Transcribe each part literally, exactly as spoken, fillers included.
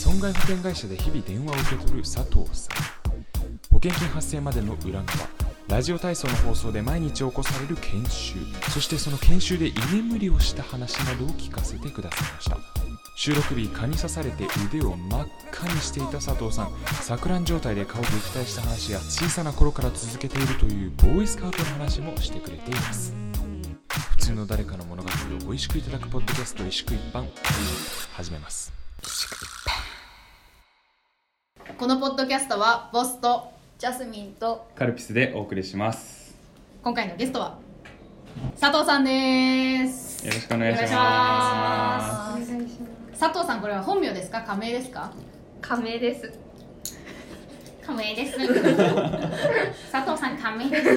損害保険会社で日々電話を受け取る佐藤さん。保険金発生までの裏側、ラジオ体操の放送で毎日起こされる研修、そしてその研修で居眠りをした話などを聞かせてくださいました。収録日、蚊に刺されて腕を真っ赤にしていた佐藤さん。錯乱状態で蚊を撃退した話や小さな頃から続けているというボーイスカウトの話もしてくれています。普通の誰かの物語を美味しくいただくポッドキャスト、萎縮一般始めます。 このポッドキャストはボスとジャスミンとカルピスでお送りします。 今回のゲストは佐藤さんです。 よろしくお願いします。 佐藤さん、これは本名ですか、仮名ですか？ 仮名です。 仮名です佐藤さん仮名ですはい、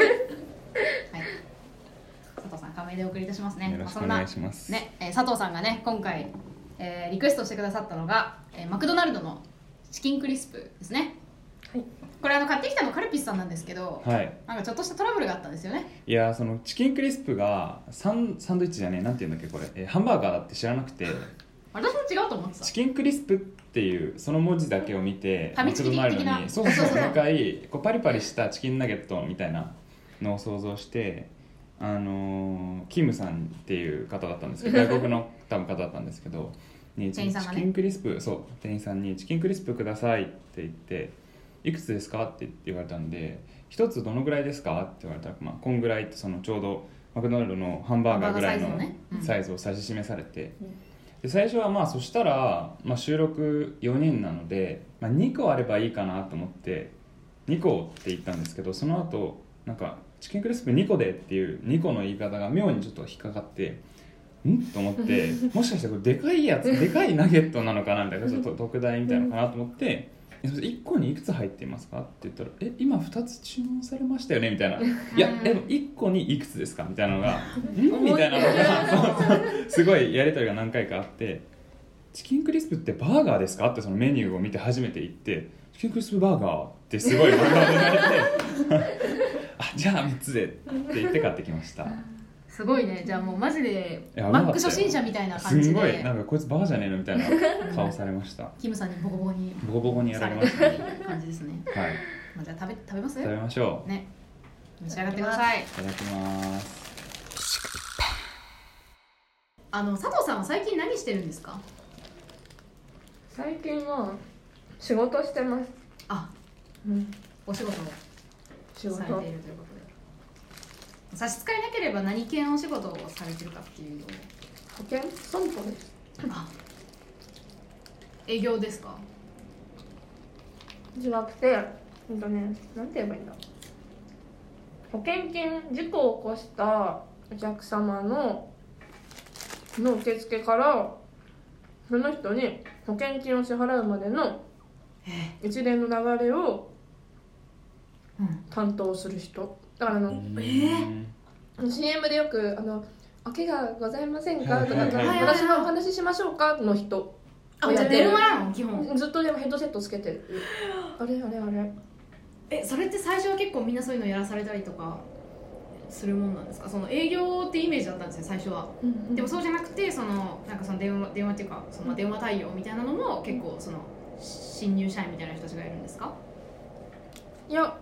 佐藤さん仮名でお送りいたしますね。 よろしくお願いします。 まあ、そんな、ねえー、佐藤さんがね今回、えー、リクエストしてくださったのが、えー、マクドナルドのチキンクリスプですね。はい、これあの買ってきたのカルピスさんなんですけど、 はい、 なんかちょっとしたトラブルがあったんですよね。 いや、そのチキンクリスプがサン、サンドイッチじゃねえ、なんていうんだっけこれ、えー、ハンバーガーだって知らなくて私も違うと思ってた。 チキンクリスプっていうその文字だけを見てファミチキ的な、 マクドナルドにそうそうそう向かいこうパリパリしたチキンナゲットみたいなのを想像して、あのー、キムさんっていう方だったんですけど外国の多分方だったんですけどに店員さんがね、 チキンクリスプ、そう店員さんにチキンクリスプくださいって言って、いくつですかって言われたんで、一つどのぐらいですかって言われたら、まあ、こんぐらいってそのちょうどマクドナルドのハンバーガーぐらいのサイズを指し示されて、で最初はまあそしたら、まあ、収録よにんなので、まあ、にこあればいいかなと思ってにこって言ったんですけど、その後なんかチキンクリスプにこでっていうにこの言い方が妙にちょっと引っかかってんと思ってもしかしてこれでかいやつでかいナゲットなのかなみたいな、ちょっと特大みたいなのかなと思っていっこにいくつ入っていますかって言ったら、え今ふたつ注文されましたよねみたいな、いやでもいっこにいくつですかみたいなのがんみたいなのがすごいやり取りが何回かあって、チキンクリスプってバーガーですかってそのメニューを見て初めて言って、チキンクリスプバーガーってすごい漫画で言われてあじゃあみっつでって言って買ってきました。 すごいね。じゃあもうマジでマック初心者みたいな感じで、 すごいなんかこいつバカじゃねえのみたいな顔されましたキムさんにボコボコにボコボコにやられましたね感じですね。 はい、 まあ、じゃあ食べ食べます食べましょうね。召し上がってください。 いただきます。 あの佐藤さんは最近何してるんですか？ 最近は仕事してます。 あ、 うん、 お仕事を仕事されているということで、差し支えなければ何系のお仕事をされてるかっていうのを。 保険損保です。 あ、営業ですか？ じゃなくて、ほんとね、なんて言えばいいんだ。保険金事故を起こしたお客様のの受付からその人に保険金を支払うまでの一連の流れを担当する人だから、あの、 えー、 シーエム でよくあのお怪我ございませんかとか、 はいはいはい、 私のお話ししましょうかの人。 あ、じゃあ電話なの基本。 ずっとでもヘッドセットつけてる。あれあれあれ。 え、それって最初は結構みんなそういうのやらされたりとかするもんなんですか？その営業ってイメージだったんですよ最初は、うんうん、でもそうじゃなくて、そのなんかその電話電話っていうかその電話対応みたいなのも結構その新入社員みたいな人たちがいるんですか？ いや、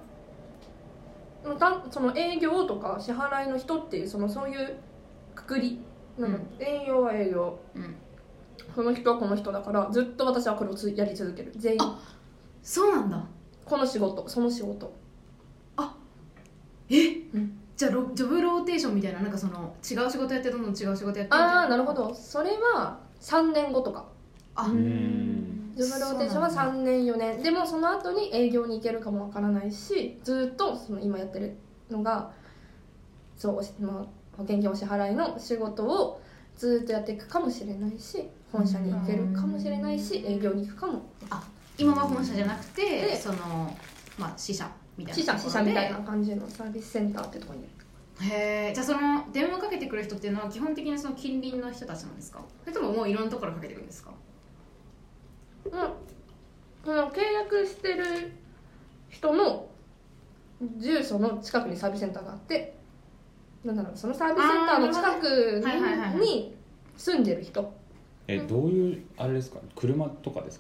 その営業とか支払いの人っていうそのそういうくくり、うん、営業は営業、うん、その人はこの人だからずっと私はこれをつやり続ける。全員。 あ、そうなんだ。 この仕事、その仕事。 あ、え、うん、じゃあジョブローテーションみたいな、なんかその違う仕事やってどんどん違う仕事やってみたいな。 ああ、なるほど。それはさんねんごとか。 あ、うーん、 ジョブローテーションはさんねんよねんでもその後に営業に行けるかもわからないし、ずっとその今やってるのがそう、まあ、保険金お支払いの仕事をずっとやっていくかもしれないし、本社に行けるかもしれないし、営業に行くかも。 あ、今は本社じゃなくてその、まあ、支社みたいな支社支社みたいな感じのサービスセンターってところに。 へえ。じゃあその電話かけてくる人っていうのは基本的にその近隣の人たちなんですか？それとももういろんなところからかけてくるんですか？ うん、その契約してる人の住所の近くにサービスセンターがあって、なんだろう、そのサービスセンターの近くに住んでる人。 え、どういうあれですか？車とかですか？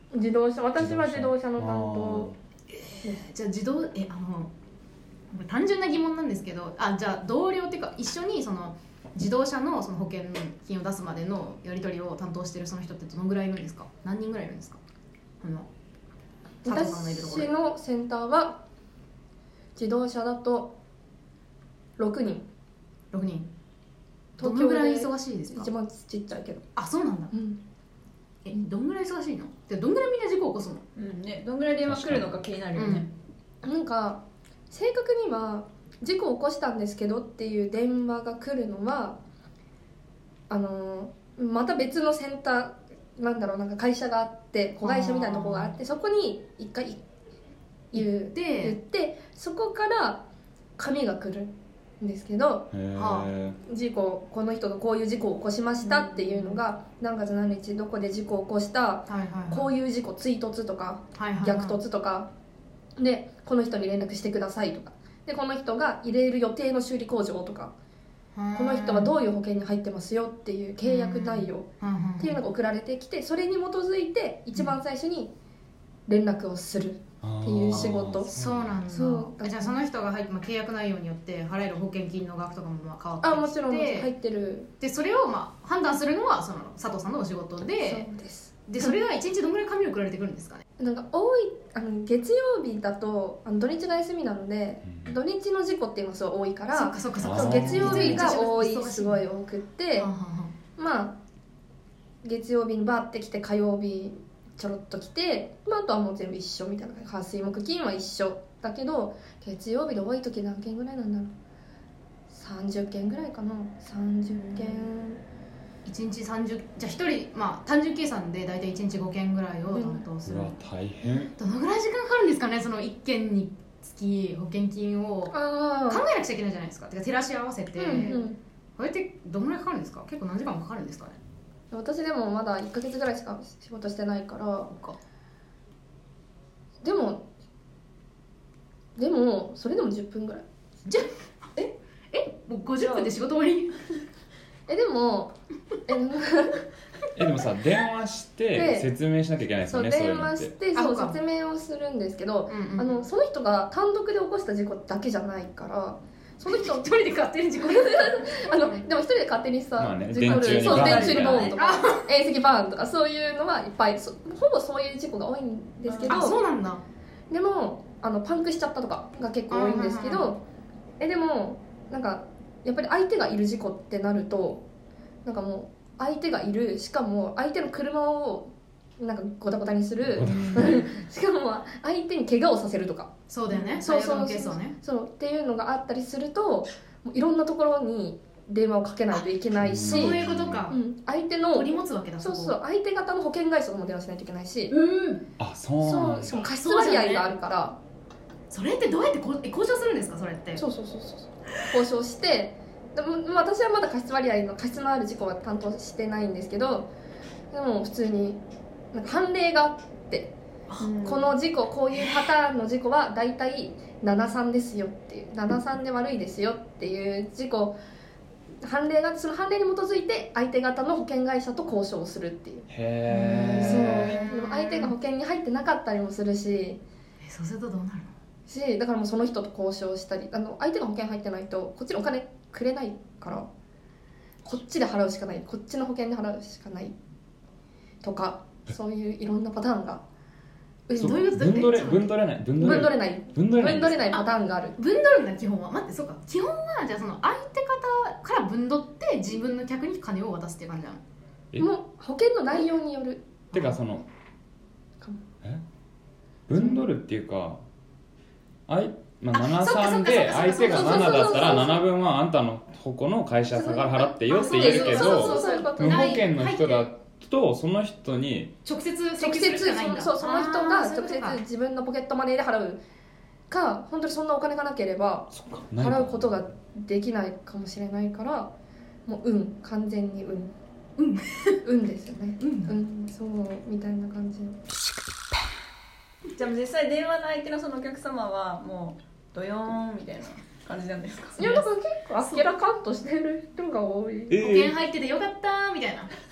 自動車、私は自動車の担当。 じゃあ自動えあの単純な疑問なんですけど、あじゃあ同僚っていうか一緒にその自動車のその保険金を出すまでのやり取りを担当してるその人ってどのぐらいいるんですか？何人ぐらいいるんですか？あの佐藤さんのいるところ私のセンターは自動車だとろくにん。 ろくにん。どのぐらい忙しいですか？ 一番ちっちゃいけど。 あ、そうなんだ。 うん、 えどんぐらい忙しいの？でどんぐらいみんな事故起こすの？ うんね、どんぐらい電話来るのか気になるよね。 なんか正確には事故を起こしたんですけどっていう電話が来るのはあのまた別のセンターなんだろう、なんか会社があって子会社みたいなところがあって、そこに一回言うで言ってそこから紙が来るんですけど、 へはえ。 事故この人がこういう事故を起こしましたっていうのが何月何日どこで事故を起こしたはいはいはい、 こういう事故追突とかはいはいはい逆突とかでこの人に連絡してくださいとかでこの人が入れる予定の修理工場とかこの人はどういう保険に入ってますよっていう契約内容っていうのが送られてきて、それに基づいて一番最初に連絡をするっていう仕事。 そうなんだ。 そうあじゃあその人が入って、まあ、契約内容によって払える保険金の額とかもまあ変わってきて、 あもちろん入ってる。 でそれをまあ判断するのはその佐藤さんのお仕事で、 そうです。 でそれがいちにちどんぐらい紙送られてくるんですかね？ なんか多いあの月曜日だとあの土日が休みなので、 うん土日の事故っていうのがすごい多いから、 そっかそっかそっか。 そう月曜日が多い、 忙しいすごい多くって、 はんはんはんまあ月曜日にバーって来て火曜日ちょろっと来て、まあ、あとはもう全部一緒みたいな感じ。火水木金は一緒だけど月曜日で多い時何件ぐらいなんだろう、さんじゅっけんぐらいかな。さんじゅっけんいちにちさんじゅうじゃあひとりまあ単純計算で大体いちにちごけんぐらいを担当する、 うわ大変。 どのぐらい時間かかるんですかね？そのいっけんにつき保険金を考あえなくちゃいけないじゃないですか。てか照らし合わせて、 あ、うんうん、 これってどのぐらいかかるんですか？結構何時間もかかるんですかね？ 私でもまだいっかげつぐらいしか仕事してないからそっかでもでもそれでもじゅっぷんぐらい。 えもうごじゅっぷんで仕事終わり？ えでもええでもさ電話してで説明しなきゃいけないですそうよね。そういう電のって話してそうあそうか説明をするんですけど、 うんうんあのその人が単独で起こした事故だけじゃないからその人一人で勝手に事故るあのでも一人で勝手にさ、 まあね事故るそう電柱にバーン電柱にボーンとかあ遠赤バーンとかそういうのはいっぱいそほぼそういう事故が多いんですけど、 あそうなんだ。 でもあのパンクしちゃったとかが結構多いんですけうんうんど、えでもなんかやっぱり相手がいる事故ってなるとなんかもう相手がいる、しかも相手の車をなんかゴタゴタにするしかも相手に怪我をさせるとかそうだよね。 そうそう最悪のケースはね。 そうっていうのがあったりするともういろんなところに電話をかけないといけないし、 そういうことかう。ん、相手の取り持つわけだ。こそうそう相手方の保険会社とも電話しないといけないし、 うん。 あそうなんだ。 そうしかも過失割合があるからそれってどうやってこえ交渉するんですか？それって。 そうそうそうそう交渉してでもまあ私はまだ過失割合の過失のある事故は担当してないんですけど、でも普通になんか判例があってこの事故こういうパターンの事故はだいたいななさんですよっていうななさんで悪いですよっていう事故判例がその判例に基づいて相手方の保険会社と交渉するっていうへそうえ。 でも相手が保険に入ってなかったりもするしえそうするとどうなるの？ しだからもうその人と交渉したりあの相手が保険入ってないとこっちにお金くれないからこっちで払うしかないこっちの保険で払うしかないとかそういういろんなパターンがうんそうどういうこと分取れえ分取れない分分取取れれない分取れない分取れないパターンがある分取るんだ基本は。待ってそうか。基本はじゃあその相手方から分取って自分の客に金を渡すっていう感じなの。 えもう保険の内容によるてかそのかもえ分取るっていうかあい、まあ、 あななさんそっかそっかそっでか相手がななだったらそうそうそうそうななぶんはあんたのここの会社から払ってよって言えるけそうそうどそういうこと無保険の人だとその人に直接請直求するし接かないんだ。 そうその人があーそう直いうことか接自分のポケットマネーで払うか本当にそんなお金がなければそっかないか払うことができないかもしれないからもう運完全に運運運ですよねうん運そうみたいな感じじゃあ実際電話の相手のそのお客様はもうドヨーンみたいな感じなんですか？ いやだから結構あっけらかんとしてる人が多いえ保険入っててよかったーみたいな。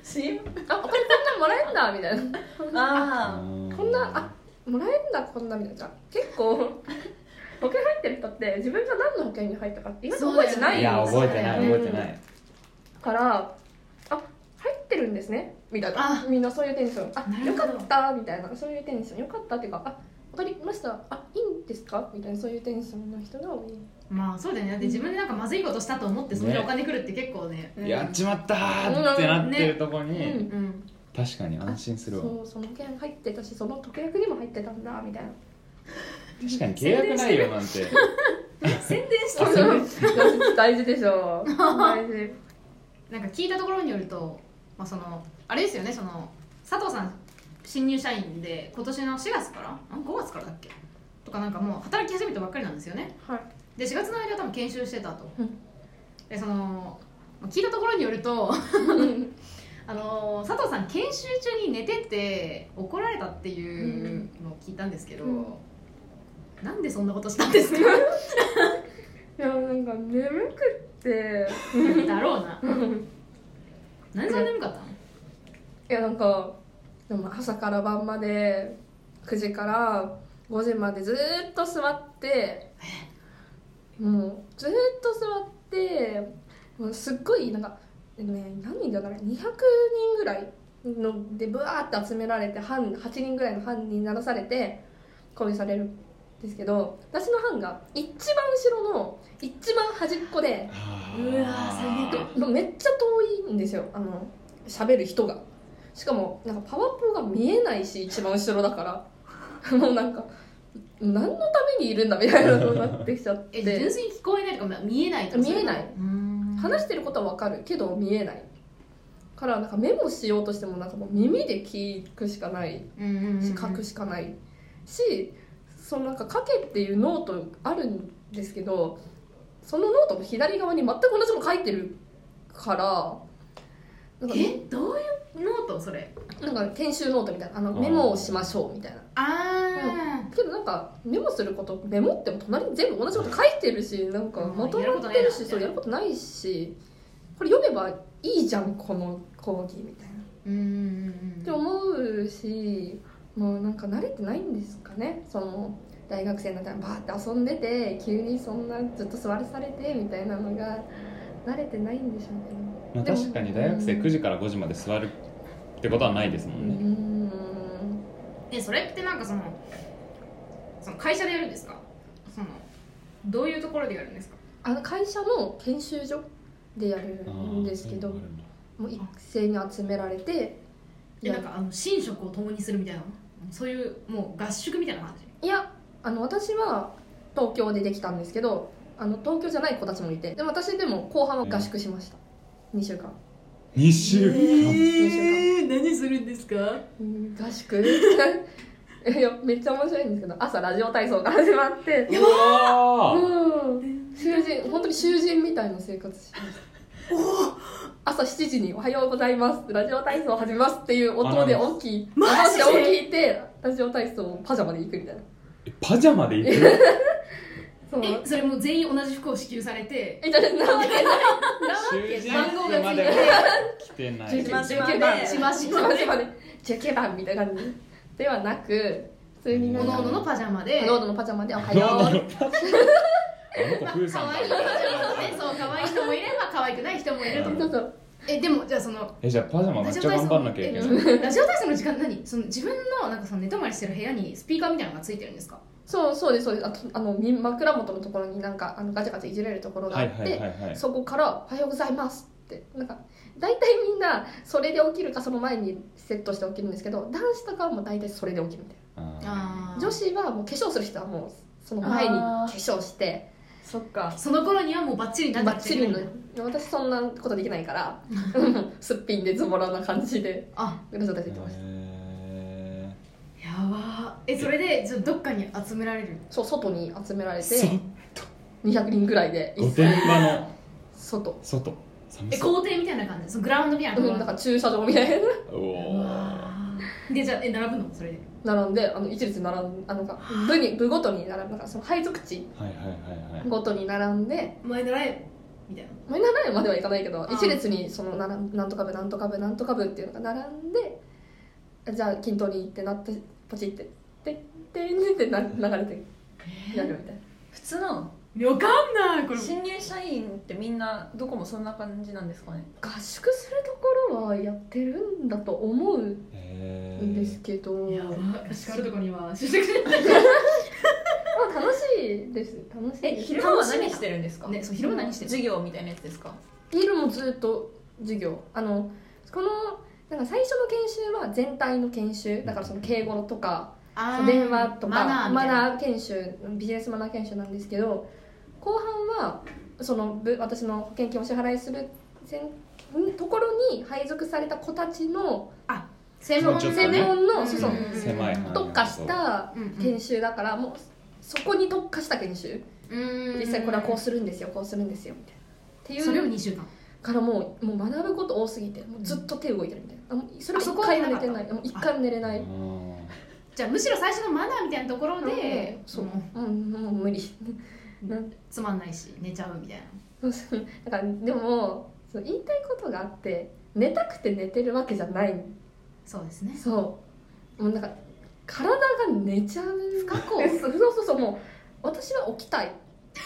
シーエムあ、お金こんなんもらえんだみたいなあこんな、あ、もらえんだこんなみたいな。結構保険入ってる人って自分が何の保険に入ったか意外と覚えてないんいやですよ覚えてないうん覚えてないからあ、入ってるんですねみたいなあみんなそういうテンションあ、 なるほどよかったみたいなそういうテンションよかったっていうかあ、わかりましたあ、いいんですかみたいなそういうテンションの人が多いまあそうだよね。だって自分でなんかまずいことしたと思ってそれでお金来るって結構ね。 うんやっちまったーってなってるとこに、 うんうん。 確かに安心するわ。 そうその保険入ってたしその特約にも入ってたんだみたいな確かに契約ないよなんて宣伝してある大事でしょ大事なんか聞いたところによると、まあそのあれですよね、その佐藤さん新入社員で今年のしがつからあごがつからだっけとかなんかもう働き始めたばっかりなんですよね。 はいでしがつの間多分研修してたと。 うんでその聞いたところによるとあの佐藤さん研修中に寝てて怒られたっていうのを聞いたんですけど、 うんなんでそんなことしたんですかいやなんか眠くってだろうな。何でそんな眠かったの？ いやなんかでも朝から晩までくじからごじまでずーっと座ってもうずーっと座ってもうすっごいなんかえっとね何人だろうにひゃくにんぐらいのでブワーって集められて班はちにんぐらいの班にならされて講義されるんですけど私の班が一番後ろの一番端っこでうわー最悪でめっちゃ遠いんですよあの喋る人がしかもなんかパワポが見えないし一番後ろだからもうなんか何のためにいるんだみたいなのになってきちゃってえ純粋に聞こえないとか見えないとか見えないうん話してることは分かるけど見えないからなんかメモしようとしてもなんかもう耳で聞くしかないうんうんうんうんし書くしかないしそのなんか書けっていうノートあるんですけどそのノートの左側に全く同じこと書いてるからなんかえどういうノートそれ？ なんか研修ノートみたいなあのメモをしましょうみたいなあけどなんかメモすることメモっても隣に全部同じこと書いてるしなんかまとまってるしそうやることないしこれ読めばいいじゃんこの講義みたいなうんうんうんって思うしもうなんか慣れてないんですかねその大学生になったらバーって遊んでて急にそんなずっと座らされてみたいなのが慣れてないんでしょうけど、 まあ、 でも確かに大学生くじからごじまで座るってことはないですもうんね、 んえそれってなんかそのその会社でやるんですか？そのどういうところでやるんですか？ あの会社の研修所でやるあんですけどーそういうのがあるんだもう一斉に集められてえなんかあの寝食を共にするみたいなそういうもう合宿みたいな感じ？ いやあの私は東京でできたんですけどあの東京じゃない子たちもいてでも私でも後半は合宿しました、にしゅうかんにしゅうかん、 にしゅうかん何するんですか？ うん合宿いやめっちゃ面白いんですけど朝ラジオ体操が始まってうわーうん囚人本当に囚人みたいな生活しました朝しちじに「おはようございますラジオ体操始めます」っていう音で起きマジで朝起きてラジオ体操をパジャマで行くみたいなえパジャマで行くそうえそれもう全員同じ服を支給されてえじゃなわけないなわ囚人番号がついて服までは来てないじゅうしましま 19番でしまししばしばでじゅうきゅうばんみたいな感じではなく普通になんかおのおののパジャマでノードのパジャマで「おはあのよう」 あの子プーさん可愛いパジャマのねそう可愛い人もいれば可愛くない人もいるとそうそうえでもじゃあそのえじゃあパジャマめっちゃ頑張んなきゃいけないえラジオ体操の時間何その自分のなんかその寝泊まりしてる部屋にスピーカーみたいなのがついてるんですか？ そうそうですそうですあとあのみ枕元のところになんかあのガチャガチャいじれるところがはいあって、 はいはいはいそこから「おはようございます」ってなんか大体みんなそれで起きるかその前にセットして起きるんですけど男子とかはもう大体それで起きるみたいああな女子はもう化粧する人はもうその前に化粧してそっかその頃にはもうバッチリになっバッチリのちゃってる私そんなことできないからすっぴんでズボラな感じであラジオ体操ーやってましたへやばーえそれでじゃあどっかに集められるそう外に集められてーにひゃくにんぐらいで御殿場の外外寒えそう校庭みたいな感じそのグラウンドみたいなところうんなんか駐車場みたいなおおでじゃあえ並ぶのそれで並んであの一列並んあのなんか部に部ごとに並ぶなんかその配属地はいはいはいはいごとに並んで前習えみたいな。 マイナーラインまではいかないけどあー一列にそのならなんとか部なんとか部なんとか部っていうのが並んで、じゃあ均等にってなってポチってでででってな流れてやるみたいな。 普通なの？ わかんないこれ。 新入社員ってみんなどこもそんな感じなんですかね？ 合宿するところはやってるんだと思うへんですけど、 やば叱るとこには就職しない。 まあ楽しいです楽しいえ、 です。 昼間は何してるんですか？ ね、そう昼間何してる？ 授業みたいなやつですか？ 昼もずっと授業、あのこのなんか最初の研修は全体の研修だからその敬語とかあー電話とかマナーみたいな。 マナー研修ビジネスマナー研修なんですけど、後半はその部私の保険金をお支払いするせんところに配属された子たちの専門ちょっとね専門のそうそううん狭い範囲特化したうんうん研修だからもうそこに特化した研修、 うん実際これはこうするんですよこうするんですよみたいなっていうそれをにしゅうかん。 からもうもう学ぶこと多すぎてもうずっと手動いてるみたいな、あもうそれはあそこは一回も寝てなかったないもう一回も寝れない、 じゃあむしろ最初のマナーみたいなところで、 そうもうんもう無理なんつまんないし寝ちゃうみたいな。 だからでもそう言いたいことがあって寝たくて寝てるわけじゃないそうですね。 そうもうなんか体が寝ちゃう不可抗そうそうそうもう私は起きたい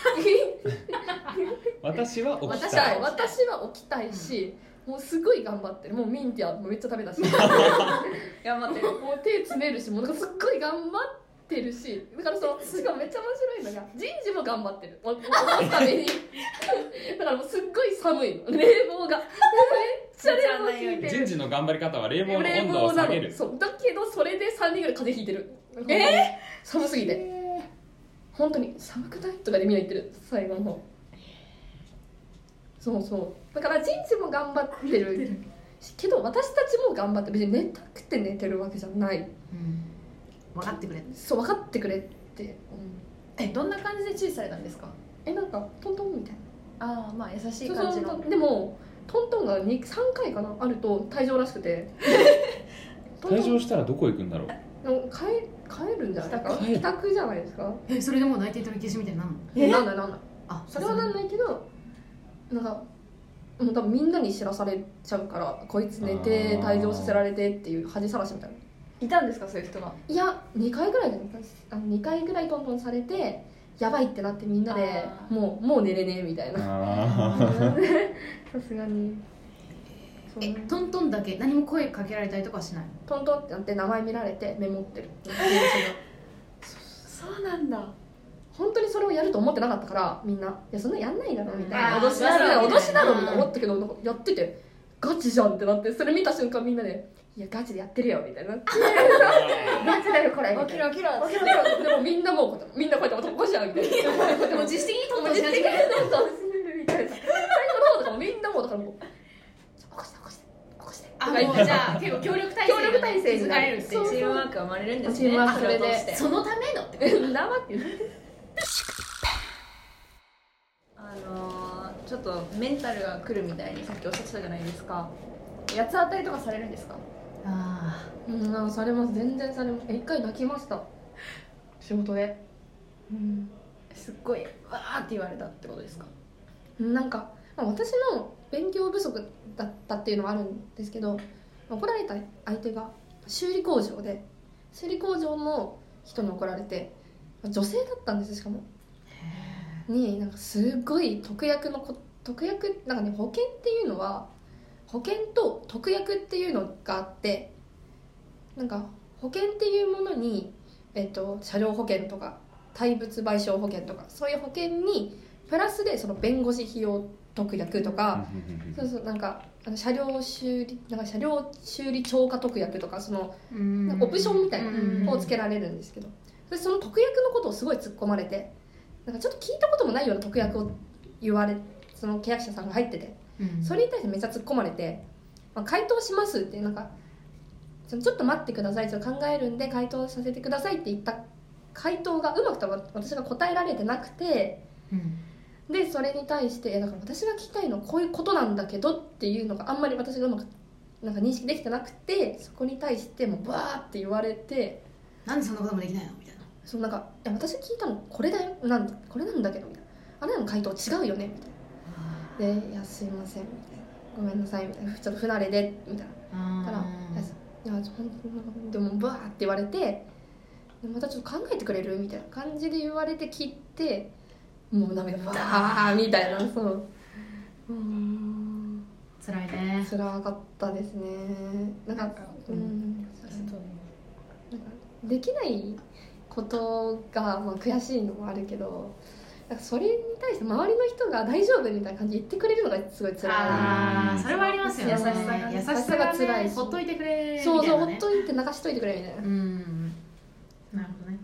私は起き私たいは私は起きたいし、もうすごい頑張ってるもうミンティアもめっちゃ食べたし頑張ってる。 もう手詰めるしもうなんかすっごい頑張ってるしだからそのしかもめっちゃ面白いのが人事も頑張ってるおおおためにだからもうすっごい寒いの冷房がめっちゃ冷房効いてる人事の頑張り方は冷房の温度を下げる。 そうだけどそれでさんにんぐらい風邪ひいてるえー、寒すぎて本当に寒くないとかでみんな言ってる最後の方そうそうだから人事も頑張ってるけど私たちも頑張って別に寝たくて寝てるわけじゃないうん分かってくれ。 そう分かってくれって、うん、 え、どんな感じで注意されたんですか？ えなんかトントンみたいなああ、まあ優しいそう感じの。 そうでもトントンがにさんかいかなあると退場らしくてトントン退場したらどこ行くんだろう。 でも帰帰るんじゃないですか帰る帰宅じゃないですかえそれでもう内定取り消しみたいになるの？ えなんないなんないあそれはなんないけどなんかもう多分みんなに知らされちゃうからこいつ寝て退場させられてっていう恥さらしみたいないたんですか、そういう人が？ いやにかいぐらいじゃないあのにかいぐらいトントンされてやばいってなってみんなであーもうもう寝れねえみたいなあさすがにそうえトントンだけ何も声かけられたりとかはしないの？ トントンってなって名前見られてメモってるそうなんだ。 本当にそれをやると思ってなかったからみんないやそんなやんないだろみたいなあー脅しだろそう脅しだろうんみたいな思ったけどなんかやっててガチじゃんってなってそれ見た瞬間みんなでいやガチでやってるよみたいなガチだよこれみたいな起きろ起きろ。 起きろ起きろでもみんなもうこうやってみんなこうやって男じゃんみたいなでも自主的にトントンし実始める。 的にどんどん進めるみたいな最後の方とかもみんなもうだからもう起こして起こして起こしてあとか言ってもうじゃあ結構協力体制協力体制に築なるかれるっていう。 そうチームワークが生まれるんですね。 チームワークそれで仕事をしてそのためのってなわけないあのー、ちょっとメンタルが来るみたいにさっきおっしゃってたじゃないですか。八つ当たりとかされるんですか？ あうんなんかされます全然されますえ一回泣きました仕事でうんすっごいわーって言われたってことですか？ なんか、まあ、私の勉強不足だったっていうのはあるんですけど怒られた相手が修理工場で修理工場の人に怒られて女性だったんですしかもになんかすごい特約のこ特約なんかね保険っていうのは保険と特約っていうのがあってなんか保険っていうものに、えっと、車両保険とか対物賠償保険とかそういう保険にプラスでその弁護士費用特約とか、そうそうなんかあの車両修理なんか車両修理超過特約とかそのーオプションみたいなうんのをつけられるんですけどそれその特約のことをすごい突っ込まれてなんかちょっと聞いたこともないような特約を言われその契約者さんが入っててうんそれに対してめっちゃ突っ込まれて、まあ、回答しますってなんかちょっと待ってくださいちょっと考えるんで回答させてくださいって言った回答がうまくと私が答えられてなくてうんでそれに対していやだから私が聞きたいのはこういうことなんだけどっていうのがあんまり私がうまくなんか認識できてなくてそこに対してもうバーって言われてなんでそんなこともできないのみたいな。 そのなんかいや私聞いたのこれだよなんだこれなんだけどみたいなあなたの回答違うよねみたいなで「いやすいません」みたいな「ごめんなさい」みたいな「ちょっと不慣れで」みたいなたら「いやほんでもバーって言われてでまたちょっと考えてくれるみたいな感じで言われて切ってもう涙バーみたいなそううーん辛いね。 辛かったですねなんかうんなんかできないことが、まあ、悔しいのもあるけどなんかそれに対して周りの人が大丈夫みたいな感じで言ってくれるのがすごい辛いああそれはありますよね。 優しさが優しさ優しさが辛いねほっといてくれみたいなね。 そうそうほっといて流しといてくれみたいなうんなるほどね。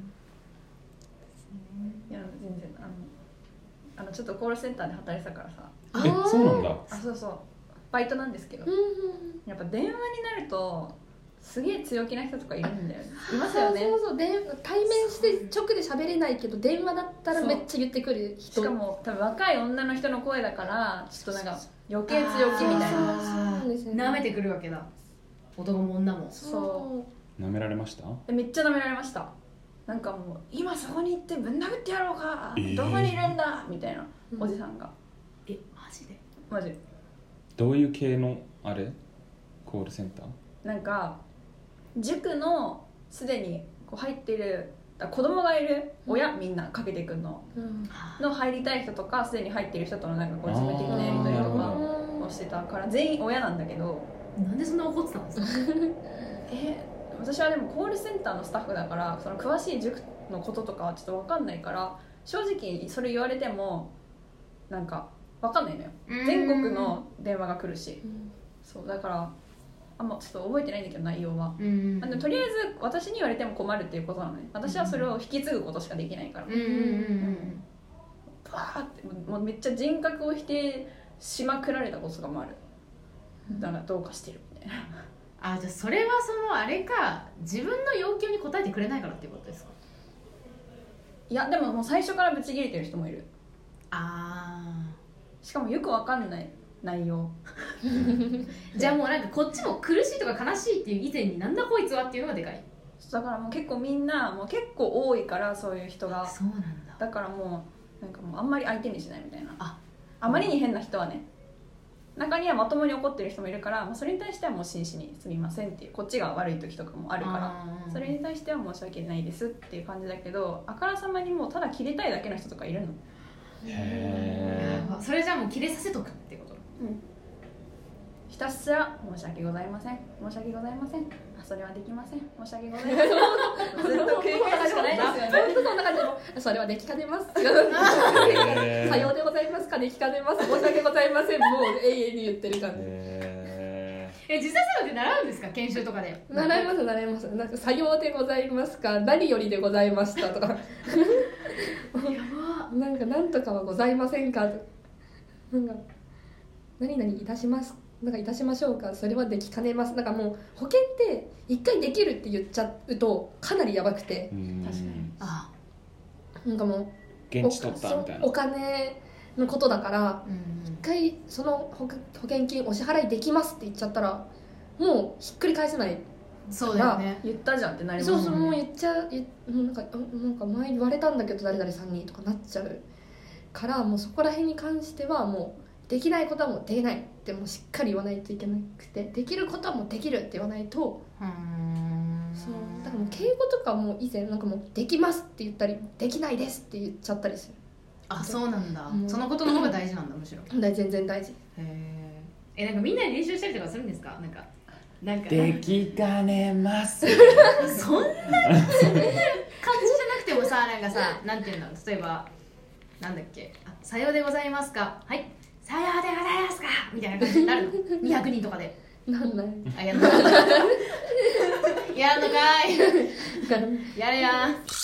いや全然あのあのちょっとコールセンターで働いてたからさえそうなんだ。 あそうそうバイトなんですけど、 うんやっぱ電話になるとすげえ強気な人とかいるんだよね。いますそうよね。 そうそうで対面して直で喋れないけど電話だったらめっちゃ言ってくる人しかも多分若い女の人の声だからちょっとなんか余計強気みたいな。 そうなんですよね舐めてくるわけだ。男も女も。 そ舐められました？ でめっちゃ舐められました。なんかもう今そこに行ってぶん殴ってやろうか、 えーどこにいるんだみたいなうんおじさんが、 えマジで？ マジどういう系のあれコールセンター？ なんか塾のすでにこう入ってるあ子供がいる親、みんなかけてくんのうんの入りたい人とかすでに入ってる人とのなんかこう事務的なやり取りとかをしてたから全員親なんだけど、 なんでそんな怒ってたんですか？ え私はでもコールセンターのスタッフだからその詳しい塾のこととかはちょっと分かんないから正直それ言われてもなんか分かんないのよ。全国の電話が来るし、そうだからあんまちょっと覚えてないんだけど内容は、 うんあのとりあえず私に言われても困るっていうことなのね。私はそれを引き継ぐことしかできないから、 うんうんうんバーってもうめっちゃ人格を否定しまくられたこととかもある。だからどうかしてるみたいな。 あじゃあそれはそのあれか自分の要求に応えてくれないからっていうことですか？ いやでももう最初からブチ切れてる人もいる。 あしかもよくわかんない内容。 あじゃあもうなんかこっちも苦しいとか悲しいっていう以前になんだこいつはっていうのがでかい。 だからもう結構みんなもう結構多いからそういう人がそうなんだ。 だからもうなんかもうあんまり相手にしないみたいな。 ああまりに変な人はね、中にはまともに怒ってる人もいるから、まあ、それに対してはもう真摯にすみませんっていうこっちが悪い時とかもあるからあーそれに対しては申し訳ないですっていう感じだけど、あからさまにもうただ切れたいだけの人とかいるの。 へやばそれじゃあもう切れさせとくってこと。 ひたすら申し訳ございません申し訳ございませんあそれはできません申し訳ございませんずっと繰り返すしかないですよね。 本当そんな感じでそれはできかねますえさようでございますかできかねます申し訳ございませんもう永遠に言ってる感じええ実際そういうのって習うんですか研修とかで？ 習います習いますなんかさようでございますか何よりでございましたとかやばなんかなんとかはございませんかとなんか何々いたしますなんかいたしましょうかそれはできかねますなんかもう保険って一回できるって言っちゃうとかなりやばくてー確かにあなんかもう現地取ったみたいなお金のことだからうん一回その保保険金お支払いできますって言っちゃったらもうひっくり返せないそうだよね。 言ったじゃんってなりますそうもんね。 そうもう言っちゃう言もうなんかあなんか前言われたんだけど誰々さんにとかなっちゃうからもうそこら辺に関してはもうできないことはもうできないってもうしっかり言わないといけなくてできることはもうできるって言わないとうんそうだからもう敬語とかも以前なんかもうできますって言ったりできないですって言っちゃったりするあそうなんだ、 うんそのことの方が大事なんだむしろ。 だ全然大事へええなんかみんなで練習したりとかするんですか？なんかなんかできかねますそんな感じじゃなくてもさなんかさなんていうんだろう例えばなんだっけあさようでございますかはいさようでございますかみたいな感じになるのにひゃくにんとかでなんないあやんのかやんのかいやれや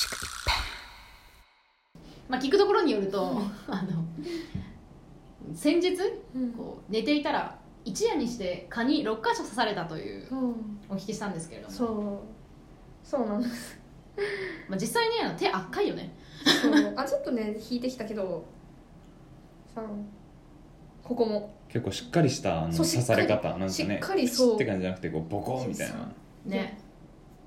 まあ聞くところによるとあの先日うんこう寝ていたら一夜にして蚊にろっかしょ刺されたといううんお聞きしたんですけれどもそうそうなんですまあ、実際にあの手赤いよね。 そうあちょっとね引いてきたけどさここも結構しっかりしたあのそう刺され方なんかねしっかりそうって感じじゃなくてこうボコーみたいなね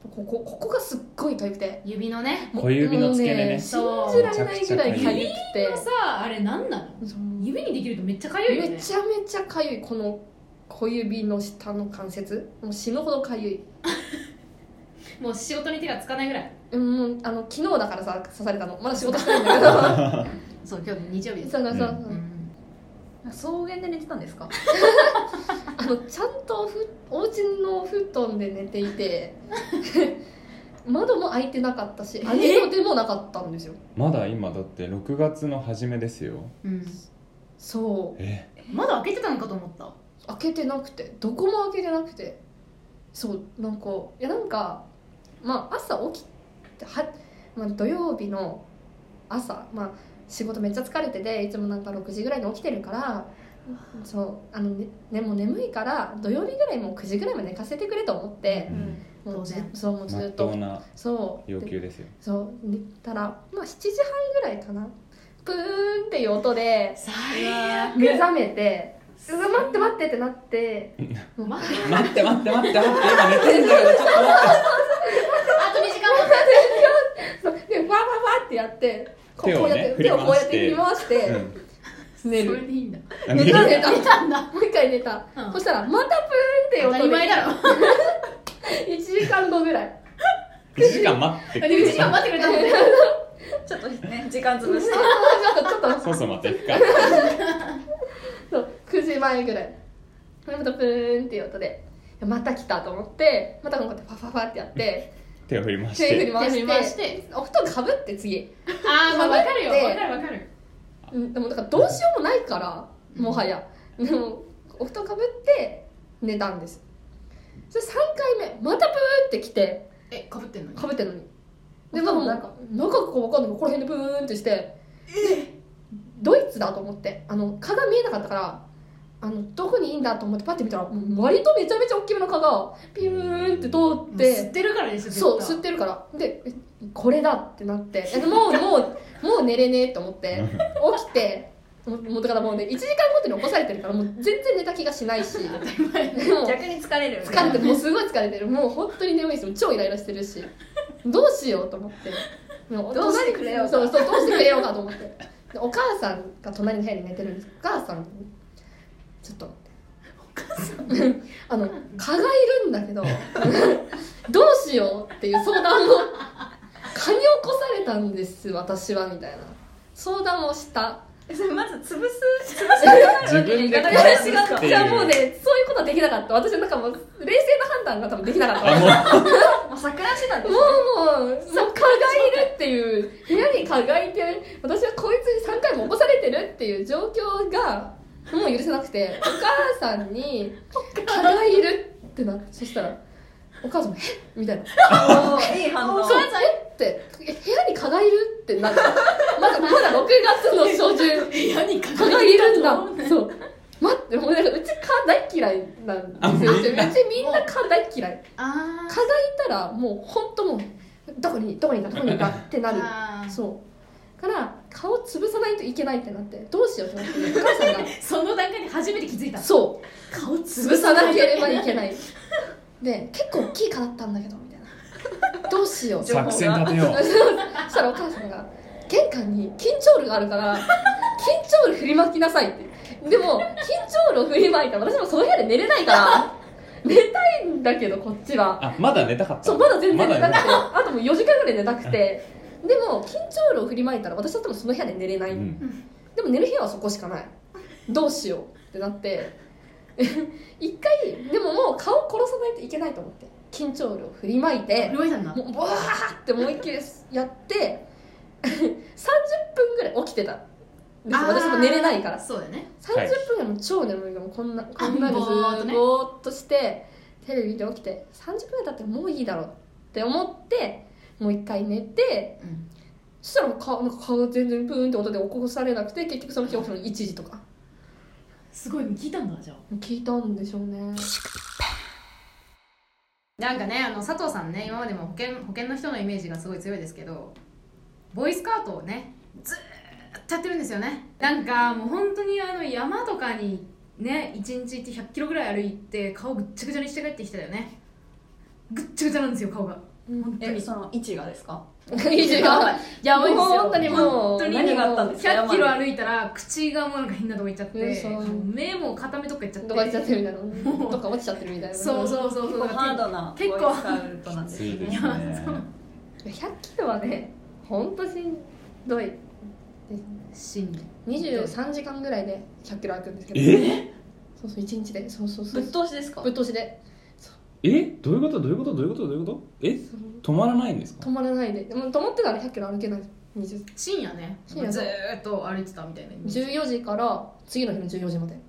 ここここがすっごい痒くて、 指のねもう小指の付け根ねもう信じられないぐらい痒くて、 さあれ何なの？ そう指にできるとめっちゃかゆいよね。 めちゃめちゃかゆい。この小指の下の関節もう死ぬほどかゆい。 もう仕事に手がつかないぐらい。 うんもうあの昨日だからさ刺されたの、まだ仕事してないんだそう今日日曜日けです。 どそうそうそう、 うん、 草原で寝てたんですか？ あのちゃんとふお家の布団で寝ていて窓も開いてなかったし網戸でもなかったんですよ。 まだ今だってろくがつの初めですよ。 うん、 そうえまだ開けてたのかと思った。 開けてなくて、どこも開けてなくて、そうなんかいやなんかまあ朝起きては、まあ、土曜日の朝、まあ、仕事めっちゃ疲れてていつもなんかろくじぐらいに起きてるから、そうあの、ねね、もう眠いから土曜日ぐらいもうくじぐらいまで寝かせてくれと思って、もうず当然そうもうずまっとっとうなそう要求ですよ。 そう寝たら、まあ、しちじはんぐらいかな、プーンっていう音で最悪。 目覚めて、うわ待って待ってってなってもうまあ、 待って待って待って待って今寝てんだけどちょっと待あとにじかん待って。 そうでファーファーファーってやってこう手をねこうやって振り回して手をこうやって振り回して、 って、 寝るそれでいいんだ。 うん、 寝た寝た寝たんだ。 もう一回寝た、 うんそしたらまたプーンっていう当たり音で前だろ。 いちじかんごぐらいいちじかん待ってでいちじかん待ってくれたもんね。 ちょっとね時間潰してちょっとちょっとそうそう待っていくかそうくじまえぐらいまたプーンっていう音でまた来たと思ってまたこうやってファファファってやって手を振り回し手振りて回して手振り回してお布団かぶって次あー、まあ、わかるよ。 でわかるわかる。 うんでもだからどうしようもないからもはやでもお布団かぶって寝たんです。それさんかいめまたプーンって来てえ、かぶってんのに。 かぶってんのにでお布団もの中中か分かんないけどここら辺でプーンってしてでドイツだと思ってあの蚊が見えなかったからあのどこにいいんだと思ってパッて見たらもう割とめちゃめちゃ大きめの蚊がピューンって通もうって吸ってるからでしょ。 そう絶対吸ってるからでえこれだってなってえもうもうもう寝れねえと思って起きてもうもうだからもうねいちじかんごとに起こされてるからもう全然寝た気がしないしでも逆に疲れる疲れてるもうすごい疲れてるもう本当に眠いし超イライラしてるしどうしようと思ってもうどうしてくれようかそうそうどうしてくれようかと思ってでお母さんが隣の部屋に寝てるんですお母さんちょっとあの蚊がいるんだけどどうしようっていう相談を蚊に起こされたんです私はみたいな相談をしたそれまず潰す潰す自分でわけ殺にはいかないすっていうじゃあもうねそういうことはできなかった私なんかもう冷静な判断が多分できなかったあももう錯乱してたんですもねうもうもう蚊がいるっていう部屋に蚊がいて私はこいつにさんかいも起こされてるっていう状況がもう許せなくてお母さんに蚊がいるってなってそしたらお母さんも「えっ?」みたいなおーいい反応そうってえ部屋に蚊がいるってなってまだまだろくがつの初旬部屋に蚊がいるんだそう待ってもうなんかうち蚊大嫌いなんですようちうちみんな蚊大嫌いあ蚊がいたらもう本当もうどこにどこにいたどこにいたってなるあーそうから蚊を潰さないといけないってなってどうしようってなってお母さんがその段階で初めて気づいた。 そう顔潰さなければいけないで結構大きい蚊だったんだけどみたいなどうしようう作戦立てようそしたらお母さんが玄関に緊張ルがあるから緊張ル振りまきなさいってでも緊張ルを振りまいたら私もその部屋で寝れないから寝たいんだけどこっちはあまだ寝たかったそうまだ全然寝たくて、 まだあともうよじかんぐらい寝たくてでも緊張ルを振りまいたら私だってもその部屋で寝れない、 うんでも寝る部屋はそこしかないどうしようってなって一回でももう顔を殺さないといけないと思って緊張ルを振りまいてルワイさんだ。 もうバーって思いっきりやってさんじゅっぷんぐらい起きてたです私も寝れないからそうだよね。 さんじゅっぷんぐらいもう超眠いからもうこんなこんなでずぼーっとねぼーっとしてテレビで起きてさんじゅっぷん経ってもういいだろうって思ってもう一回寝てうん。 そしたらかなんか顔が全然プーンって音で起こされなくて結局その日起きたのいちじとかすごい聞いたんだじゃあ。 聞いたんでしょうねなんかね、あの佐藤さんね、今までも保険保険の人のイメージがすごい強いですけど、ボーイスカウトをねずーっとやってるんですよね。なんかもう本当にあの山とかにねいちにち行ってひゃっキロぐらい歩いて顔ぐっちゃぐちゃにして帰ってきたよね。ぐっちゃぐちゃなんですよ顔が。 本当にえその位置がですか？ いいじゃんやばいですよ本当にもう本当に何があったんですひか？ ゃっキロ歩いたら口がもうなんか変なとこ行っちゃってうんそう目も片目とか行っちゃってどかしちゃってるみたいなどっか落ちちゃってるみたいなそうそうそうそう結構ハードな結構ボーイスカウトなんですついですねひゃっキロはねほんとしんどい死ににじゅうさんじかんぐらいでひゃっキロ歩くんですけどえそうそういちにちでそうそうそうぶっ通しですか？ ぶっ通しでえどういうことどういうことどういうことどういうことえ止まらないんですか？ 止まらないででも止まってたらひゃっキロ歩けないにじゅう深夜ね深夜ずーっと歩いてたみたいなイメージじゅうよじから次の日のじゅうよじまで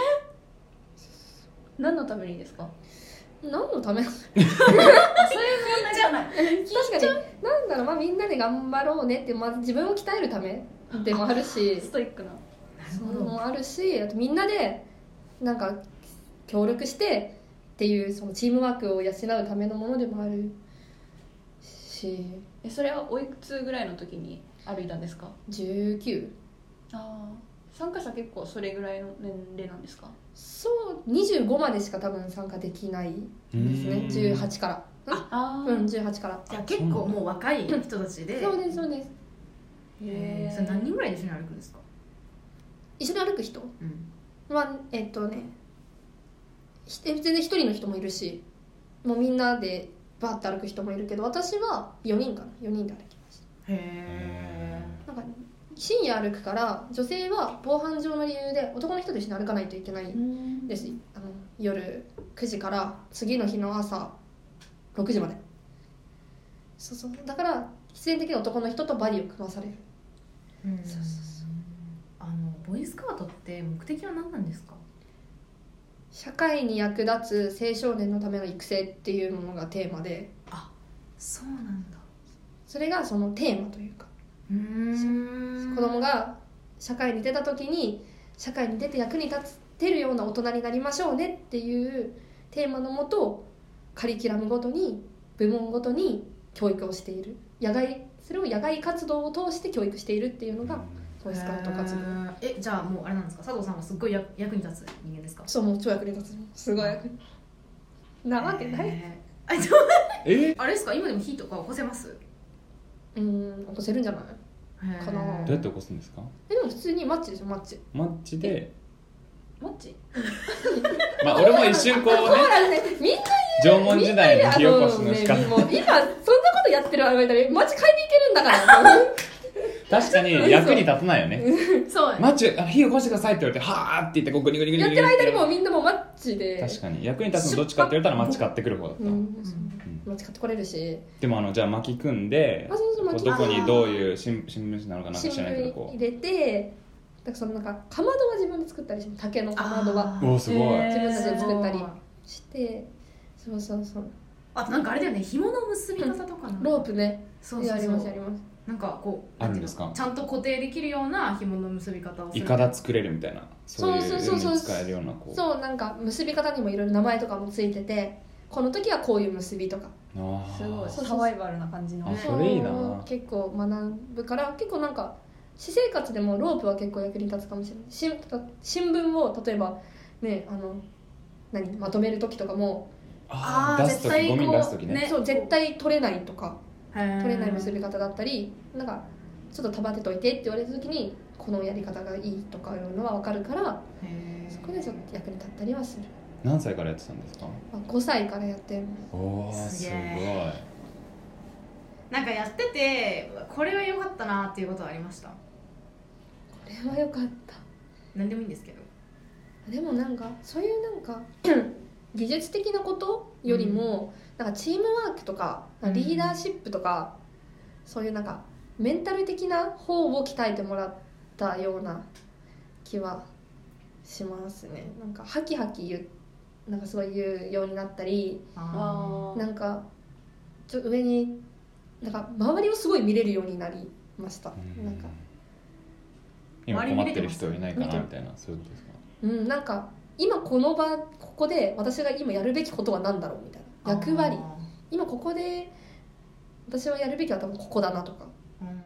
何のためにですか？ 何のためあそういう問題じゃない。 確かになんだろう、まあ、みんなで頑張ろうねって、まあ、自分を鍛えるためでもあるしストイックな。 なるそうほどもあるしあとみんなでなんか協力してっていうそのチームワークを養うためのものでもあるしえそれはおいくつぐらいの時に歩いたんですか？ じゅうきゅうああ参加者結構それぐらいの年齢なんですか？ そうにじゅうごまでしか多分参加できないですねうんじゅうはちからあうんじゅうはちからじゃあ結構もう若い人たちでそうですそうですへーそれ何人ぐらいで一緒に歩くんですか？ 一緒に歩く人うんはえっとねひ全然一人の人もいるしもうみんなでバーッて歩く人もいるけど私はよにんかなよにんで歩きましたへなんか深夜歩くから女性は防犯上の理由で男の人と一緒に歩かないといけないんですあの夜くじから次の日の朝ろくじまでそうそうだから必然的に男の人とバディを組まされるえ、うん、 そうそうそうあのボーイスカウトって目的は何なんですか？ 社会に役立つ青少年のための育成っていうものがテーマでそうなんだそれがそのテーマというかうーん子供が社会に出た時に社会に出て役に立てるような大人になりましょうねっていうテーマのもとカリキュラムごとに部門ごとに教育をしている野外それを野外活動を通して教育しているっていうのがボーイスカウト活動へーえじゃあもうあれなんですか佐藤さんはすっごい役役に立つ人間ですか？ そうもう超役に立つすごい役になわけないへーあでもえあれですか今でも火とか起こせます？ うん起こせるんじゃないへーかなどうやって起こすんですか？ えでも普通にマッチですよマッチマッチでマッチ？ まあ俺も一瞬こうねそうなんですねみんな縄文時代の火起こしの仕方あのねもう今そんなことやってるあれがいたらマッチ買いに行けるんだから確かに役に立たないよねそうねマッチあの火起こしてくださいって言われてはーって言ってこうグニグニグニやグニってる間にもうみんなもうマッチで確かに役に立つのどっちかって言われたらマッチ買ってくる方だった、 うんマッチ買ってこれるしでもあのじゃあ巻き組んであそうそう巻きこうどこにどういう新新聞紙なのかなんか新知らないけど聞こ入れてなんかそのなんかかまどは自分で作ったりして竹のかまどはあうおーすごい自分たちで作ったりすごいしてそうそうそうあとなんかあれだよね紐の結び方とかなんかロープねそうそうそうやりますやりますなんかこうあるんですかなんていうのちゃんと固定できるような紐の結び方をするいかだ作れるみたいなそういうそうそうそうそうのに使えるようなこうそうなんか結び方にもいろいろ名前とかもついててこの時はこういう結びとかあーすごいそうそうサバイバルな感じのあそれいいなそう結構学ぶから結構なんか私生活でもロープは結構役に立つかもしれないし新聞を例えばねあの何まとめる時とかもあーあー出す絶対こう時ゴミ出す時ねねそう絶対取れないとか取取れない結び方だったりなんかちょっと束ねといてって言われた時にこのやり方がいいとかいうのは分かるからそこでちょっと役に立ったりはする、 何歳からやってたんですか？ まあ、ごさいからやってるおーすごいすげえなんかやっててこれは良かったなっていうことはありました？ これは良かった何でもいいんですけどでもなんかそういうなんか技術的なことよりも、うん、なんかチームワークとかリーダーシップとか、うん、そういうなんかメンタル的な方を鍛えてもらったような気はしますね。なんかハキハキ言うなんかすごい言うようになったりあなんかちょっと上になんか周りをすごい見れるようになりました。 うんなんか今困ってる人いないかなみたいなそういうことですか？ うんなんか今この場ここで私が今やるべきことは何だろうみたいな役割あ今ここで私はやるべきは多分ここだなとかーうん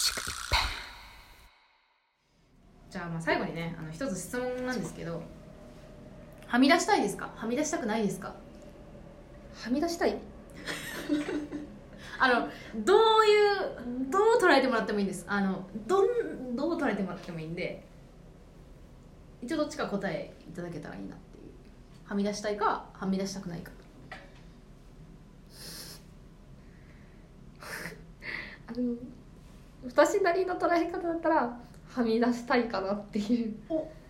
じゃあまあ最後にねあの一つ質問なんですけどはみ出したいですかはみ出したくないですか？ はみ出したいあのどういうどう捉えてもらってもいいんです。あのどんどう捉えてもらってもいいんで、一応どっちか答えいただけたらいいなっていう。はみ出したいかはみ出したくないか。 あの私なりの捉え方だったらはみ出したいかなっていう。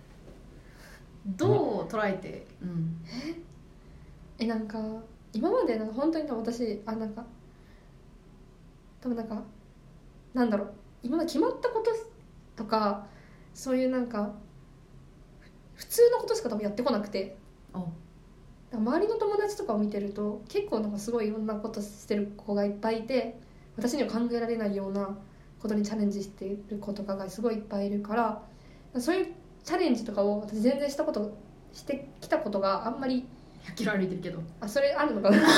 どう捉えて、うん、 えなんか今までなんか本当に私あなんか多分なんかなんだろう今まで決まったこととかそういうなんか普通のことしか多分やってこなくて、周りの友達とかを見てると結構なんかすごいいろんなことしてる子がいっぱいいて、私には考えられないようなことにチャレンジしている子とかがすごいいっぱいいるから、そういうチャレンジとかを私全然したことしてきたことがあんまりひゃっキロ歩いてるけど、 あそれあるのかな、うん、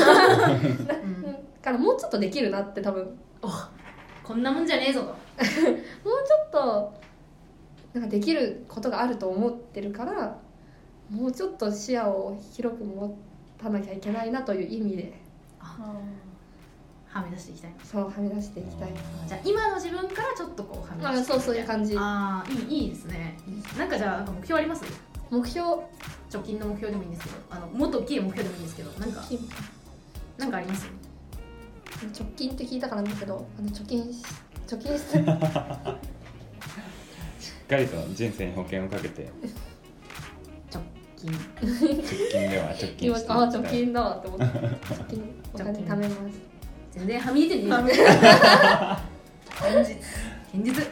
だからもうちょっとできるなって多分おこんなもんじゃねえぞともうちょっとなんかできることがあると思ってるから、もうちょっと視野を広く持たなきゃいけないなという意味ではみ出していきたい。 そうはみ出していきたい。 じゃあ今の自分からちょっとこうはみ出していきたい。 あそうそういう感じ。 ああいいいいですね。なんかじゃあなんか目標あります？ 目標直近の目標でもいいんですけど、あのもっと大きい目標でもいいんですけど、なんかなんかあります？ 直近って聞いたからなんだけど、あの貯金し貯金してしっかりと人生に保険をかけて直近直近では直近してあ貯金だわって思って貯金お金貯めます。 全然はみ出てねえ現実現実。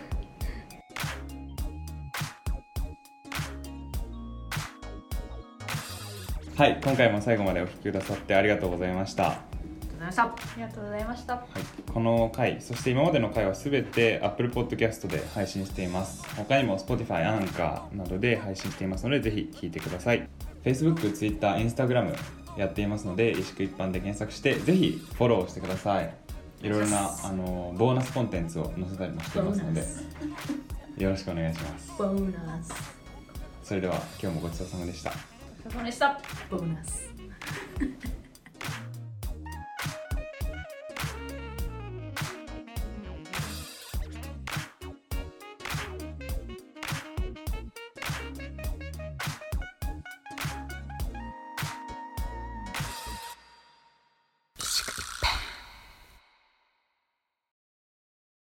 はい、今回も最後までお聞きくださってありがとうございました。 ありがとうございました。 ありがとうございました。 はい、この回、そして今までの回はすべて Apple Podcast で配信しています。他にも Spotify、Anchor などで配信していますので、ぜひ聞いてください。Facebook、Twitter、Instagram やっていますので、萎縮一般で検索して、ぜひフォローしてください。いろいろなあのボーナスコンテンツを載せたりもしていますので、よろしくお願いします。 ボーナス。 それでは今日もごちそうさまでした。 お疲れ様でした。 ボーナス